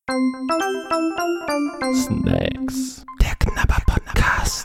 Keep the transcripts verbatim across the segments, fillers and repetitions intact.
Snacks. Der Knabber-Podcast.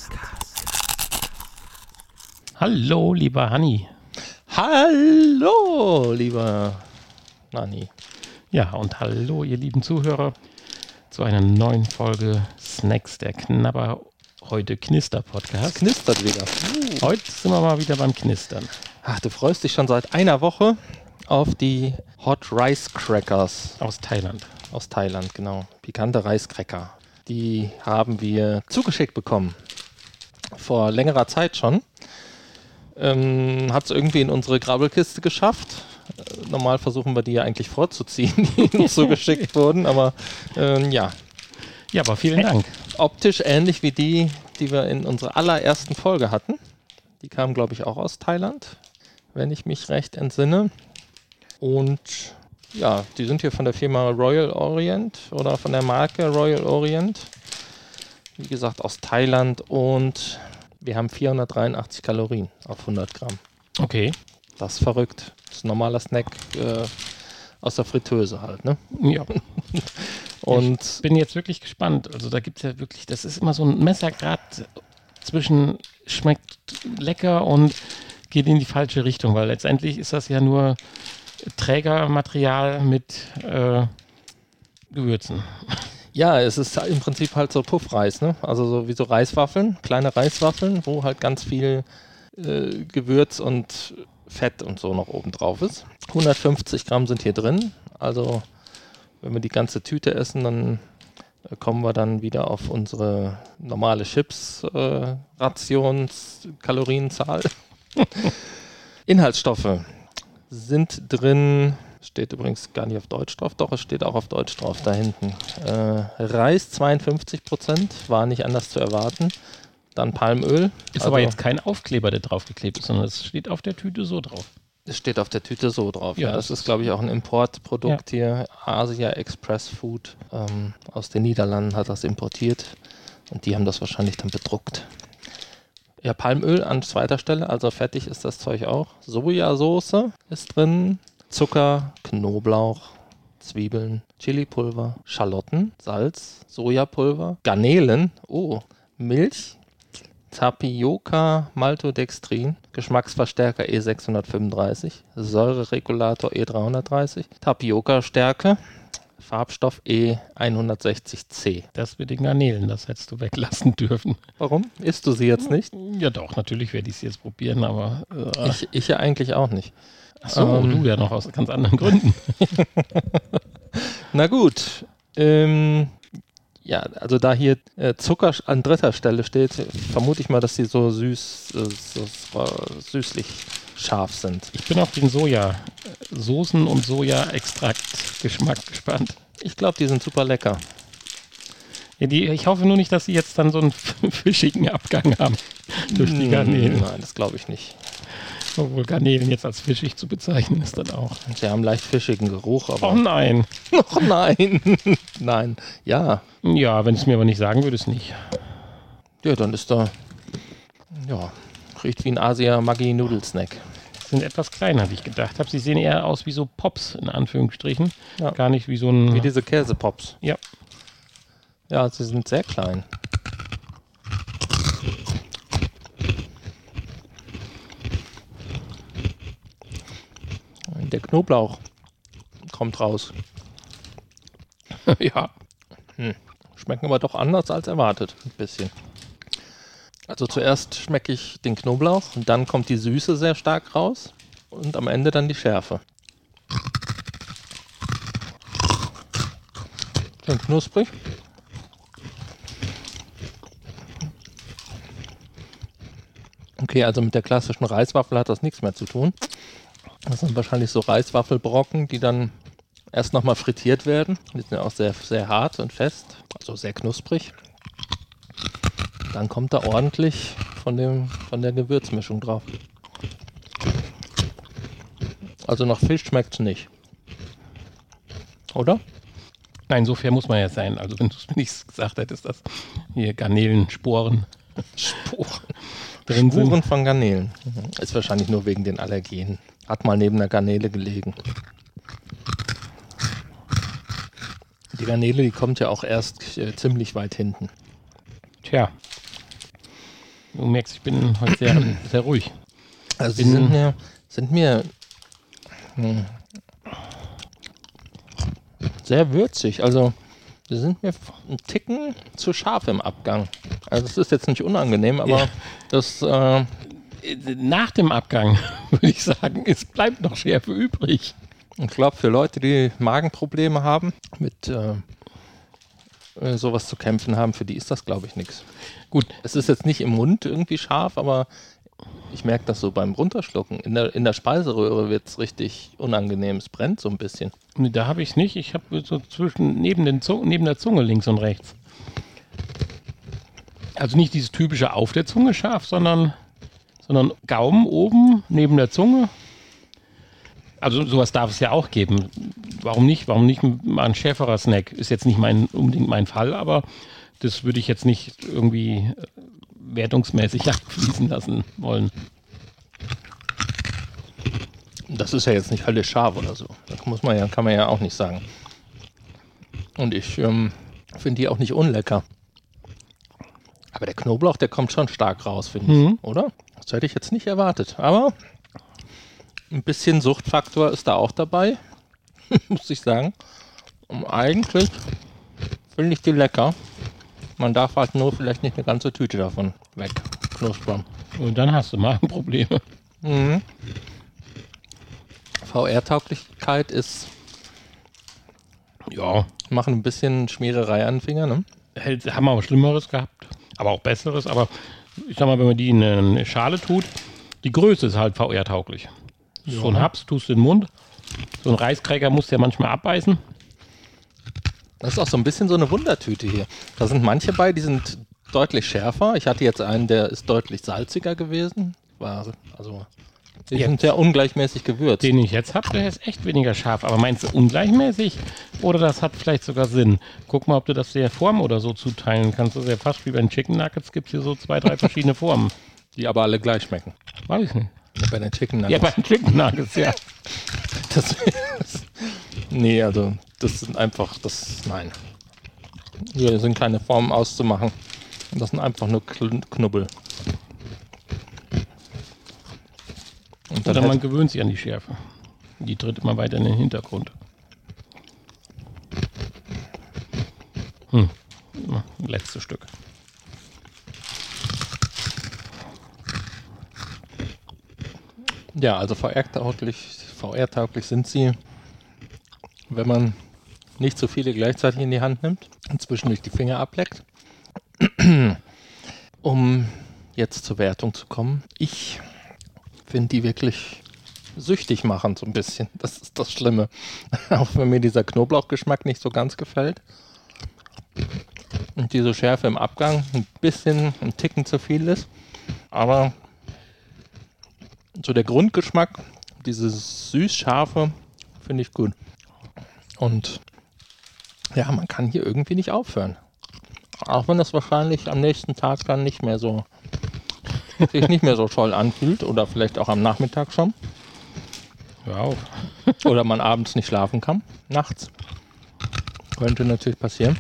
Hallo, lieber Hanni. Hallo, lieber Nani. Ja, und hallo, ihr lieben Zuhörer, zu einer neuen Folge Snacks, der Knabber, heute Knister-Podcast. Es knistert wieder. Uh. Heute sind wir mal wieder beim Knistern. Ach, du freust dich schon seit einer Woche auf die Hot Rice Crackers. Aus Thailand. Aus Thailand, genau. Pikante Reiscracker. Die haben wir zugeschickt bekommen. Vor längerer Zeit schon. Ähm, hat es irgendwie in unsere Grabbelkiste geschafft. Äh, normal versuchen wir die ja eigentlich vorzuziehen, die uns zugeschickt wurden, aber ähm, ja. Ja, aber vielen Dank. Optisch ähnlich wie die, die wir in unserer allerersten Folge hatten. Die kamen, glaube ich, auch aus Thailand, wenn ich mich recht entsinne. Und ja, die sind hier von der Firma Royal Orient oder von der Marke Royal Orient. Wie gesagt, aus Thailand, und wir haben vierhundertdreiundachtzig Kalorien auf hundert Gramm. Okay. Das ist verrückt. Das ist ein normaler Snack äh, aus der Fritteuse halt, ne? Ja. Und ich bin jetzt wirklich gespannt. Also da gibt es ja wirklich, das ist immer so ein Messergrad zwischen schmeckt lecker und geht in die falsche Richtung, weil letztendlich ist das ja nur Trägermaterial mit äh, Gewürzen. ja, es ist im Prinzip halt so Puffreis, ne? Also so wie so Reiswaffeln, kleine Reiswaffeln, wo halt ganz viel äh, Gewürz und Fett und so noch oben drauf ist. hundertfünfzig Gramm sind hier drin. Also wenn wir die ganze Tüte essen, dann äh, kommen wir dann wieder auf unsere normale Chips-Rations-Kalorienzahl. Äh, Inhaltsstoffe sind drin, steht übrigens gar nicht auf Deutsch drauf, doch, es steht auch auf Deutsch drauf, da hinten. Äh, Reis zweiundfünfzig Prozent, war nicht anders zu erwarten. Dann Palmöl. Ist also, aber jetzt kein Aufkleber, der draufgeklebt ist, sondern es steht auf der Tüte so drauf. Es steht auf der Tüte so drauf. Ja, Ja, das, das ist, glaube ich, auch ein Importprodukt ja. hier. Asia Express Food ähm, aus den Niederlanden hat das importiert. Und die haben das wahrscheinlich dann bedruckt. Ja, Palmöl an zweiter Stelle, also fertig ist das Zeug auch. Sojasauce ist drin, Zucker, Knoblauch, Zwiebeln, Chilipulver, Schalotten, Salz, Sojapulver, Garnelen, oh, Milch, Tapioca, Maltodextrin, Geschmacksverstärker E sechshundertfünfunddreißig, Säureregulator E dreihundertdreißig, Tapioca-Stärke, Farbstoff E hundertsechzig C. Das mit den Garnelen, das hättest du weglassen dürfen. Warum? Isst du sie jetzt nicht? Ja doch, natürlich werde ich sie jetzt probieren, aber... Äh, ich, ich ja eigentlich auch nicht. Ach so, ähm, du ja noch aus ganz anderen Gründen. Na gut. Ähm, ja, also da hier äh, Zucker an dritter Stelle steht, vermute ich mal, dass die so süß, äh, so, so süßlich scharf sind. Ich bin auf den Sojasoßen und Soja-Extrakt-Geschmack gespannt. Ich glaube, die sind super lecker. Ja, die, ich hoffe nur nicht, dass sie jetzt dann so einen fischigen Abgang haben durch die Garnelen. Nein, das glaube ich nicht. Obwohl Garnelen jetzt als fischig zu bezeichnen ist dann auch. Sie haben leicht fischigen Geruch, aber... Oh nein. Oh nein. Nein. Ja. Ja, wenn es mir aber nicht sagen würde, es nicht. Ja, dann ist da... Ja, riecht wie ein Asia-Maggi-Nudelsnack. Sind etwas kleiner, als ich gedacht habe. Sie sehen eher aus wie so Pops, in Anführungsstrichen. Ja. Gar nicht wie so ein... Wie diese Käsepops. Ja. Ja, sie sind sehr klein. Der Knoblauch kommt raus. Ja. Hm. Schmecken aber doch anders als erwartet. Ein bisschen. Also zuerst schmecke ich den Knoblauch und dann kommt die Süße sehr stark raus und am Ende dann die Schärfe. Schön knusprig. Okay, also mit der klassischen Reiswaffel hat das nichts mehr zu tun. Das sind wahrscheinlich so Reiswaffelbrocken, die dann erst nochmal frittiert werden. Die sind ja auch sehr, sehr hart und fest, also sehr knusprig. Dann kommt da ordentlich von, dem, von der Gewürzmischung drauf. Also nach Fisch schmeckt es nicht. Oder? Nein, so fair muss man ja sein. Also wenn du es mir nicht gesagt hättest, dass hier Garnelensporen Sporen. drin Spuren sind. von Garnelen. Ist wahrscheinlich nur wegen den Allergenen. Hat mal neben einer Garnele gelegen. Die Garnele, die kommt ja auch erst äh, ziemlich weit hinten. Tja. Du merkst, ich bin heute sehr, sehr ruhig. Also sie sind mir, sind mir mh, sehr würzig. Also sie sind mir ein Ticken zu scharf im Abgang. Also das ist jetzt nicht unangenehm, aber ja. das... Äh, Nach dem Abgang würde ich sagen, es bleibt noch Schärfe übrig. Ich glaube, für Leute, die Magenprobleme haben, mit äh, sowas zu kämpfen haben, für die ist das, glaube ich, nichts. Gut, es ist jetzt nicht im Mund irgendwie scharf, aber ich merke das so beim Runterschlucken. In der, in der Speiseröhre wird es richtig unangenehm. Es brennt so ein bisschen. Nee, da habe ich es nicht. Ich habe so zwischen neben, den Zung, neben der Zunge links und rechts. Also nicht dieses typische auf der Zunge scharf, sondern, sondern Gaumen oben neben der Zunge. Also sowas darf es ja auch geben. Warum nicht? Warum nicht mal ein schärferer Snack? Ist jetzt nicht mein, unbedingt mein Fall, aber das würde ich jetzt nicht irgendwie wertungsmäßig abfließen lassen wollen. Das ist ja jetzt nicht höllisch scharf oder so. Das muss man ja, kann man ja auch nicht sagen. Und ich ähm, finde die auch nicht unlecker. Aber der Knoblauch, der kommt schon stark raus, finde ich, mhm. oder? Das hätte ich jetzt nicht erwartet. Aber ein bisschen Suchtfaktor ist da auch dabei, muss ich sagen. Und eigentlich finde ich die lecker. Man darf halt nur vielleicht nicht eine ganze Tüte davon wegknuspern. Und dann hast du Magenprobleme. Mhm. V R-Tauglichkeit ist, ja, machen ein bisschen Schmiererei an den Finger, ne? Haben wir auch Schlimmeres gehabt, aber auch Besseres. Aber ich sag mal, wenn man die in eine Schale tut, die Größe ist halt V R-tauglich. Ja. So ein Haps tust du in den Mund. So ein Reiskräger musst du ja manchmal abbeißen. Das ist auch so ein bisschen so eine Wundertüte hier. Da sind manche bei, die sind deutlich schärfer. Ich hatte jetzt einen, der ist deutlich salziger gewesen. War, also, die jetzt sind sehr ungleichmäßig gewürzt. Den ich jetzt habe, der ist echt weniger scharf. Aber meinst du ungleichmäßig? Oder das hat vielleicht sogar Sinn? Guck mal, ob du das der Form oder so zuteilen kannst. Das ist ja fast wie bei den Chicken Nuggets, gibt es hier so zwei, drei verschiedene Formen. Die aber alle gleich schmecken. Weiß ich nicht. Ja, bei den Chicken Nuggets. Ja, bei den Chicken Nuggets, ja. Das, nee, also das sind einfach, das, nein. Hier sind keine Formen auszumachen. Das sind einfach nur Knubbel. Und dann Oder man gewöhnt sich an die Schärfe. Die tritt immer weiter in den Hintergrund. Hm. Letztes Stück. Ja, also V R-tauglich, V R-tauglich sind sie, wenn man nicht so viele gleichzeitig in die Hand nimmt und zwischendurch die Finger ableckt. Um jetzt zur Wertung zu kommen. Ich finde die wirklich süchtig machen, so ein bisschen. Das ist das Schlimme. Auch wenn mir dieser Knoblauchgeschmack nicht so ganz gefällt. Und diese Schärfe im Abgang ein bisschen, ein Ticken zu viel ist. Aber so der Grundgeschmack, dieses süß-scharfe, finde ich gut. Und ja, man kann hier irgendwie nicht aufhören. Auch wenn das wahrscheinlich am nächsten Tag dann nicht mehr so sich nicht mehr so toll anfühlt oder vielleicht auch am Nachmittag schon. Wow. Oder man abends nicht schlafen kann, nachts. Könnte natürlich passieren.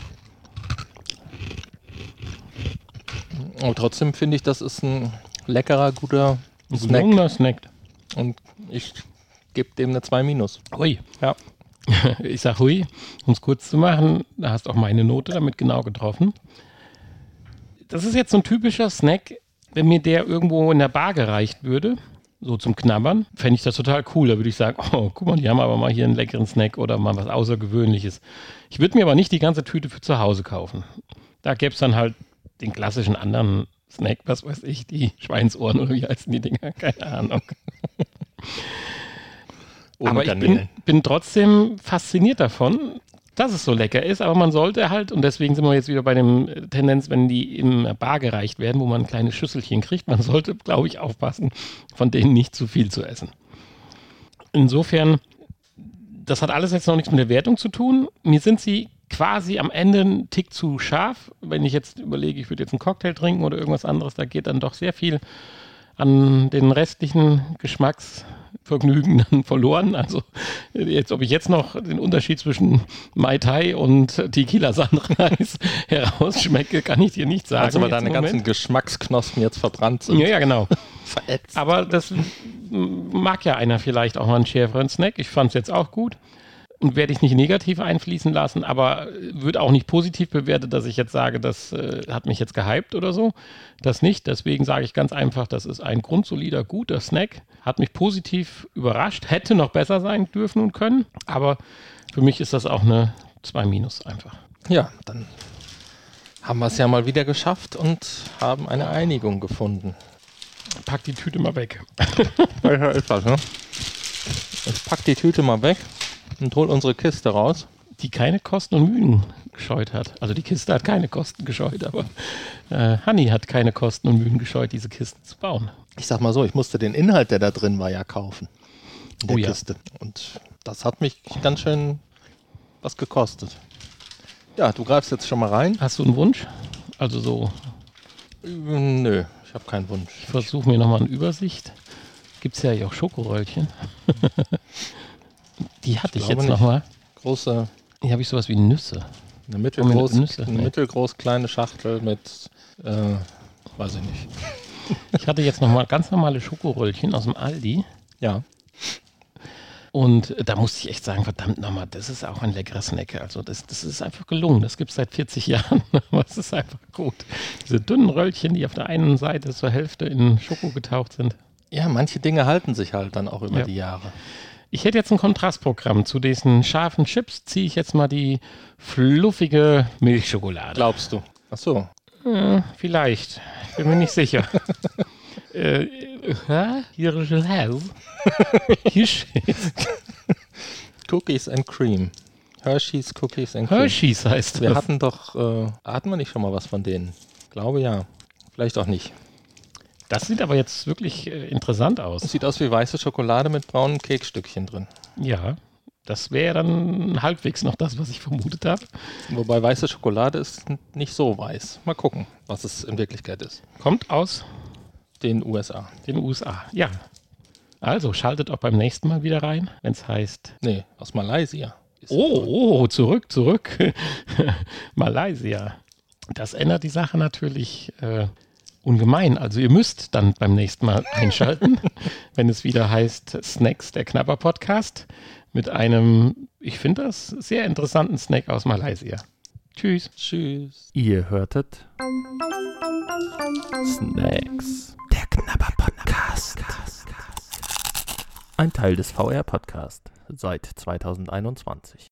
Aber trotzdem finde ich, das ist ein leckerer, guter Snack. Ein Snack. Und ich gebe dem eine zwei minus. Hui. Ja. Ich sag hui, um es kurz zu machen, da hast auch meine Note damit genau getroffen. Das ist jetzt so ein typischer Snack, wenn mir der irgendwo in der Bar gereicht würde, so zum Knabbern, fände ich das total cool. Da würde ich sagen, oh, guck mal, die haben aber mal hier einen leckeren Snack oder mal was Außergewöhnliches. Ich würde mir aber nicht die ganze Tüte für zu Hause kaufen. Da gäbe es dann halt den klassischen anderen Snack, was weiß ich, die Schweinsohren oder wie heißen die Dinger, keine Ahnung. Aber ich bin, bin trotzdem fasziniert davon, dass es so lecker ist, aber man sollte halt, und deswegen sind wir jetzt wieder bei dem Tendenz, wenn die im Bar gereicht werden, wo man ein kleines Schüsselchen kriegt, man sollte, glaube ich, aufpassen, von denen nicht zu viel zu essen. Insofern, das hat alles jetzt noch nichts mit der Wertung zu tun. Mir sind sie quasi am Ende ein Tick zu scharf. Wenn ich jetzt überlege, ich würde jetzt einen Cocktail trinken oder irgendwas anderes, da geht dann doch sehr viel an den restlichen Geschmacks Vergnügen dann verloren. Also jetzt, ob ich jetzt noch den Unterschied zwischen Mai Tai und Tequila Sunrise herausschmecke, kann ich dir nicht sagen. Also weil deine ganzen Geschmacksknospen jetzt verbrannt sind. Ja, ja, genau. Verätzt. Aber das mag ja einer vielleicht auch mal einen schärferen Snack. Ich fand es jetzt auch gut. Und werde ich nicht negativ einfließen lassen, aber wird auch nicht positiv bewertet, dass ich jetzt sage, das äh, hat mich jetzt gehypt oder so. Das nicht. Deswegen sage ich ganz einfach, das ist ein grundsolider, guter Snack. Hat mich positiv überrascht. Hätte noch besser sein dürfen und können. Aber für mich ist das auch eine zwei Minus einfach. Ja, dann haben wir es ja mal wieder geschafft und haben eine Einigung gefunden. Pack die Tüte mal weg. Welcher ist das, ne? Ich pack die Tüte mal weg und hol unsere Kiste raus. Die keine Kosten und Mühen gescheut hat. Also die Kiste hat keine Kosten gescheut, aber äh, Hanni hat keine Kosten und Mühen gescheut, diese Kiste zu bauen. Ich sag mal so, ich musste den Inhalt, der da drin war, ja kaufen. In der Oh ja. Kiste. Und das hat mich ganz schön was gekostet. Ja, du greifst jetzt schon mal rein. Hast du einen Wunsch? Also so, Äh, Nö, ich habe keinen Wunsch. ich versuche mir nochmal eine Übersicht. Gibt es ja hier auch Schokoröllchen. Die hatte ich, Ich jetzt glaube nochmal. Große, Hier habe ich sowas wie Nüsse. eine mittelgroß, Nüsse, eine nee. mittelgroß kleine Schachtel mit, äh, weiß ich nicht. Ich hatte jetzt nochmal ganz normale Schokoröllchen aus dem Aldi. Ja, Und da musste ich echt sagen, verdammt nochmal, das ist auch ein leckerer Snack. Also das, das ist einfach gelungen. Das gibt es seit vierzig Jahren. Aber es ist einfach gut. Diese dünnen Röllchen, die auf der einen Seite zur Hälfte in Schoko getaucht sind. ja, manche Dinge halten sich halt dann auch über Ja. die Jahre. Ich hätte jetzt ein Kontrastprogramm. Zu diesen scharfen Chips ziehe ich jetzt mal die fluffige Milchschokolade. Glaubst du? Ach so. Äh, vielleicht. Ich bin mir nicht sicher. äh, hä? Hier ist es. Hier steht Cookies and Cream. Hershey's Cookies and Cream. Hershey's heißt Wir das. hatten doch, äh, hatten wir nicht schon mal was von denen? Glaube ja. Vielleicht auch nicht. Das sieht aber jetzt wirklich äh, interessant Es aus. sieht aus wie weiße Schokolade mit braunen Keksstückchen drin. Ja, das wäre dann halbwegs noch das, was ich vermutet habe. Wobei weiße Schokolade ist n- nicht so weiß. Mal gucken, was es in Wirklichkeit ist. Kommt aus Den U S A. den U S A. Ja. Also schaltet auch beim nächsten Mal wieder rein, wenn es heißt. Nee, aus Malaysia. Ist Oh, oh, zurück, zurück. Malaysia. Das ändert die Sache natürlich äh, ungemein. Also ihr müsst dann beim nächsten Mal einschalten, wenn es wieder heißt Snacks, der Knabber-Podcast, mit einem, ich finde das, sehr interessanten Snack aus Malaysia. Tschüss. Tschüss. Ihr hörtet Snacks, der Knabber-Podcast. Ein Teil des V R-Podcast seit zweitausendeinundzwanzig.